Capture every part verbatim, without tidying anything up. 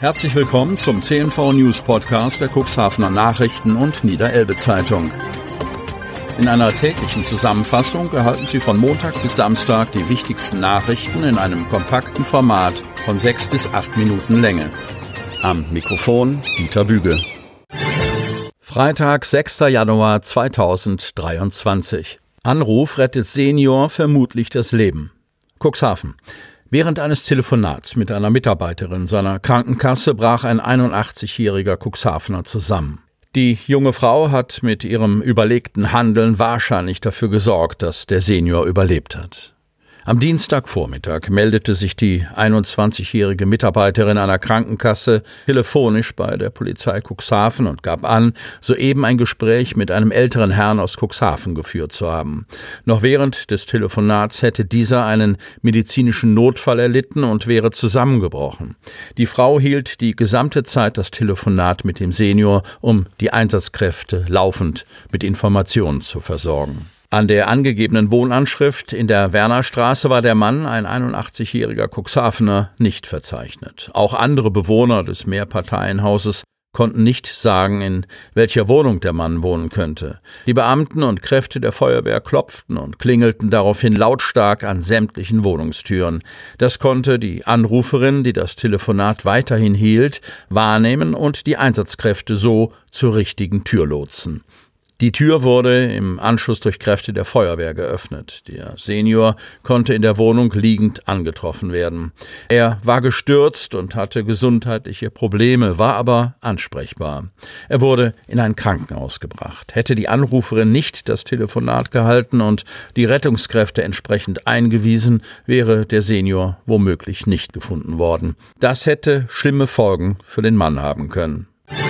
Herzlich willkommen zum C N V News Podcast der Cuxhavener Nachrichten und Niederelbe Zeitung. In einer täglichen Zusammenfassung erhalten Sie von Montag bis Samstag die wichtigsten Nachrichten in einem kompakten Format von sechs bis acht Minuten Länge. Am Mikrofon Dieter Büge. Freitag, sechster Januar zweitausenddreiundzwanzig. Anruf rettet Senior vermutlich das Leben. Cuxhaven. Während eines Telefonats mit einer Mitarbeiterin seiner Krankenkasse brach ein einundachtzigjähriger Cuxhavener zusammen. Die junge Frau hat mit ihrem überlegten Handeln wahrscheinlich dafür gesorgt, dass der Senior überlebt hat. Am Dienstagvormittag meldete sich die einundzwanzigjährige Mitarbeiterin einer Krankenkasse telefonisch bei der Polizei Cuxhaven und gab an, soeben ein Gespräch mit einem älteren Herrn aus Cuxhaven geführt zu haben. Noch während des Telefonats hätte dieser einen medizinischen Notfall erlitten und wäre zusammengebrochen. Die Frau hielt die gesamte Zeit das Telefonat mit dem Senior, um die Einsatzkräfte laufend mit Informationen zu versorgen. An der angegebenen Wohnanschrift in der Wernerstraße war der Mann, ein einundachtzigjähriger Cuxhavener, nicht verzeichnet. Auch andere Bewohner des Mehrparteienhauses konnten nicht sagen, in welcher Wohnung der Mann wohnen könnte. Die Beamten und Kräfte der Feuerwehr klopften und klingelten daraufhin lautstark an sämtlichen Wohnungstüren. Das konnte die Anruferin, die das Telefonat weiterhin hielt, wahrnehmen und die Einsatzkräfte so zur richtigen Tür lotsen. Die Tür wurde im Anschluss durch Kräfte der Feuerwehr geöffnet. Der Senior konnte in der Wohnung liegend angetroffen werden. Er war gestürzt und hatte gesundheitliche Probleme, war aber ansprechbar. Er wurde in ein Krankenhaus gebracht. Hätte die Anruferin nicht das Telefonat gehalten und die Rettungskräfte entsprechend eingewiesen, wäre der Senior womöglich nicht gefunden worden. Das hätte schlimme Folgen für den Mann haben können.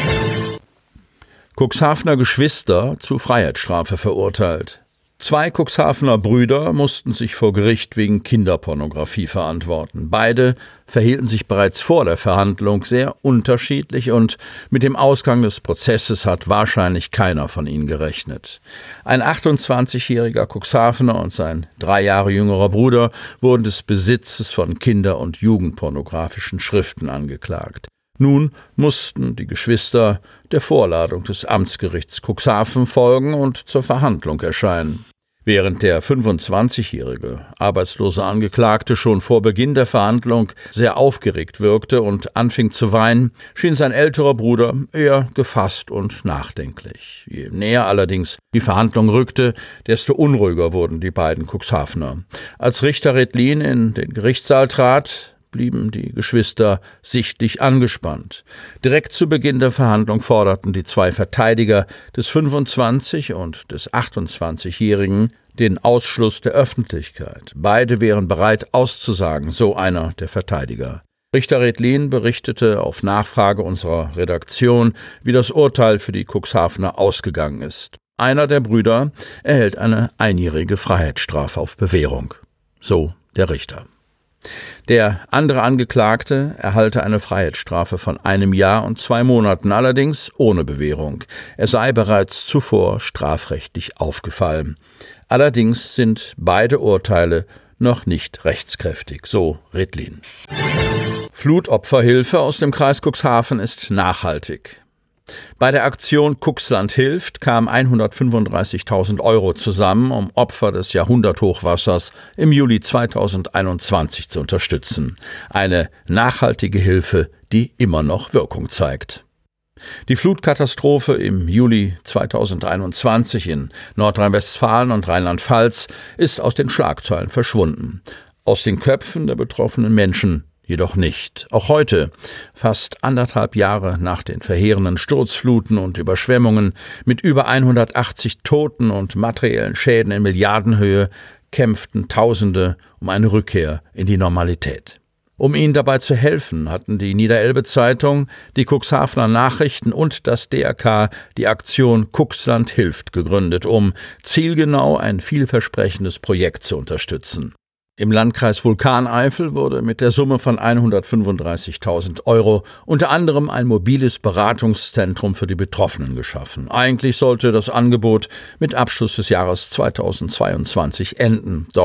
Cuxhavener Geschwister zu Freiheitsstrafe verurteilt. Zwei Cuxhavener Brüder mussten sich vor Gericht wegen Kinderpornografie verantworten. Beide verhielten sich bereits vor der Verhandlung sehr unterschiedlich und mit dem Ausgang des Prozesses hat wahrscheinlich keiner von ihnen gerechnet. Ein achtundzwanzigjähriger Cuxhavener und sein drei Jahre jüngerer Bruder wurden des Besitzes von Kinder- und Jugendpornografischen Schriften angeklagt. Nun mussten die Geschwister der Vorladung des Amtsgerichts Cuxhaven folgen und zur Verhandlung erscheinen. Während der fünfundzwanzigjährige arbeitslose Angeklagte schon vor Beginn der Verhandlung sehr aufgeregt wirkte und anfing zu weinen, schien sein älterer Bruder eher gefasst und nachdenklich. Je näher allerdings die Verhandlung rückte, desto unruhiger wurden die beiden Cuxhavener. Als Richter Redlin in den Gerichtssaal trat, blieben die Geschwister sichtlich angespannt. Direkt zu Beginn der Verhandlung forderten die zwei Verteidiger des fünfundzwanzig- und des achtundzwanzigjährigen den Ausschluss der Öffentlichkeit. Beide wären bereit auszusagen, so einer der Verteidiger. Richter Redlin berichtete auf Nachfrage unserer Redaktion, wie das Urteil für die Cuxhavener ausgegangen ist. Einer der Brüder erhält eine einjährige Freiheitsstrafe auf Bewährung. So der Richter. Der andere Angeklagte erhalte eine Freiheitsstrafe von einem Jahr und zwei Monaten, allerdings ohne Bewährung. Er sei bereits zuvor strafrechtlich aufgefallen. Allerdings sind beide Urteile noch nicht rechtskräftig, so Redlin. Flutopferhilfe aus dem Kreis Cuxhaven ist nachhaltig. Bei der Aktion Cuxland hilft kamen hundertfünfunddreißigtausend Euro zusammen, um Opfer des Jahrhunderthochwassers im Juli zweitausendeinundzwanzig zu unterstützen. Eine nachhaltige Hilfe, die immer noch Wirkung zeigt. Die Flutkatastrophe im Juli zweitausendeinundzwanzig in Nordrhein-Westfalen und Rheinland-Pfalz ist aus den Schlagzeilen verschwunden. Aus den Köpfen der betroffenen Menschen jedoch nicht. Auch heute, fast anderthalb Jahre nach den verheerenden Sturzfluten und Überschwemmungen mit über hundertachtzig Toten und materiellen Schäden in Milliardenhöhe, kämpften Tausende um eine Rückkehr in die Normalität. Um ihnen dabei zu helfen, hatten die Niederelbe Zeitung, die Cuxhavener Nachrichten und das D R K die Aktion Cuxland hilft gegründet, um zielgenau ein vielversprechendes Projekt zu unterstützen. Im Landkreis Vulkaneifel wurde mit der Summe von hundertfünfunddreißigtausend Euro unter anderem ein mobiles Beratungszentrum für die Betroffenen geschaffen. Eigentlich sollte das Angebot mit Abschluss des Jahres zweitausendzweiundzwanzig enden, doch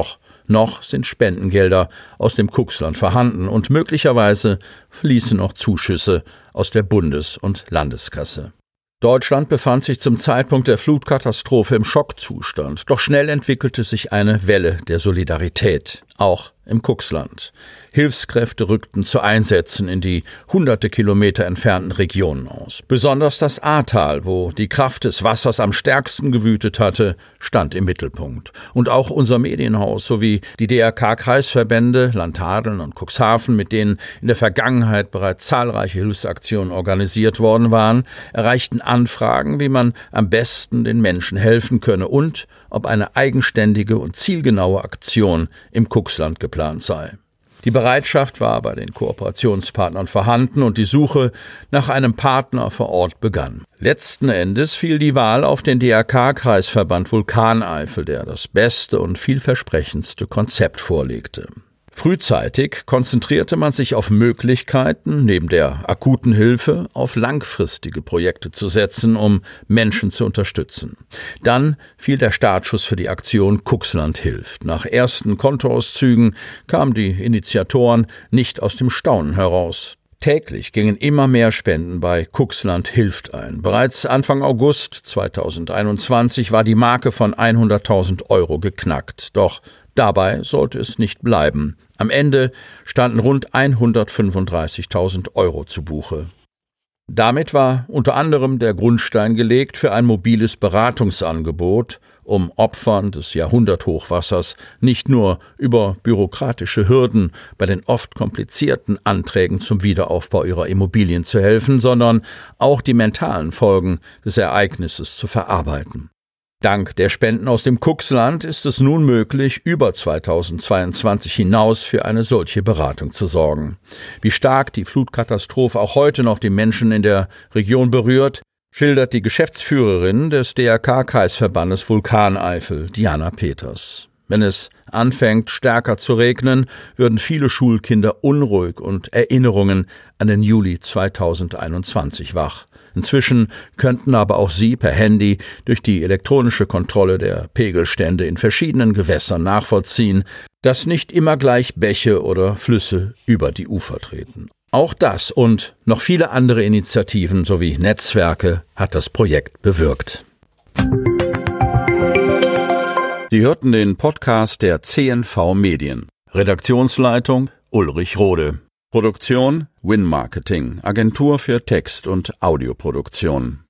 Noch sind Spendengelder aus dem Cuxland vorhanden und möglicherweise fließen noch Zuschüsse aus der Bundes- und Landeskasse. Deutschland befand sich zum Zeitpunkt der Flutkatastrophe im Schockzustand, doch schnell entwickelte sich eine Welle der Solidarität, auch im Cuxland. Hilfskräfte rückten zu Einsätzen in die hunderte Kilometer entfernten Regionen aus. Besonders das Ahrtal, wo die Kraft des Wassers am stärksten gewütet hatte, stand im Mittelpunkt. Und auch unser Medienhaus sowie die D R K-Kreisverbände, Landhadeln und Cuxhaven, mit denen in der Vergangenheit bereits zahlreiche Hilfsaktionen organisiert worden waren, erreichten Anfragen, wie man am besten den Menschen helfen könne und ob eine eigenständige und zielgenaue Aktion im Cuxland geplant sei. Die Bereitschaft war bei den Kooperationspartnern vorhanden und die Suche nach einem Partner vor Ort begann. Letzten Endes fiel die Wahl auf den D R K-Kreisverband Vulkaneifel, der das beste und vielversprechendste Konzept vorlegte. Frühzeitig konzentrierte man sich auf Möglichkeiten, neben der akuten Hilfe auf langfristige Projekte zu setzen, um Menschen zu unterstützen. Dann fiel der Startschuss für die Aktion Cuxland hilft. Nach ersten Kontoauszügen kamen die Initiatoren nicht aus dem Staunen heraus. Täglich gingen immer mehr Spenden bei Cuxland hilft ein. Bereits Anfang August zweitausendeinundzwanzig war die Marke von hunderttausend Euro geknackt. Doch dabei sollte es nicht bleiben. Am Ende standen rund hundertfünfunddreißigtausend Euro zu Buche. Damit war unter anderem der Grundstein gelegt für ein mobiles Beratungsangebot, um Opfern des Jahrhunderthochwassers nicht nur über bürokratische Hürden bei den oft komplizierten Anträgen zum Wiederaufbau ihrer Immobilien zu helfen, sondern auch die mentalen Folgen des Ereignisses zu verarbeiten. Dank der Spenden aus dem Cuxland ist es nun möglich, über zweitausendzweiundzwanzig hinaus für eine solche Beratung zu sorgen. Wie stark die Flutkatastrophe auch heute noch die Menschen in der Region berührt, schildert die Geschäftsführerin des D R K-Kreisverbandes Vulkaneifel, Diana Peters. Wenn es anfängt, stärker zu regnen, würden viele Schulkinder unruhig und Erinnerungen an den Juli zweitausendeinundzwanzig wach. Inzwischen könnten aber auch Sie per Handy durch die elektronische Kontrolle der Pegelstände in verschiedenen Gewässern nachvollziehen, dass nicht immer gleich Bäche oder Flüsse über die Ufer treten. Auch das und noch viele andere Initiativen sowie Netzwerke hat das Projekt bewirkt. Sie hörten den Podcast der C N V Medien. Redaktionsleitung Ulrich Rode. Produktion Win Marketing, Agentur für Text- und Audioproduktion.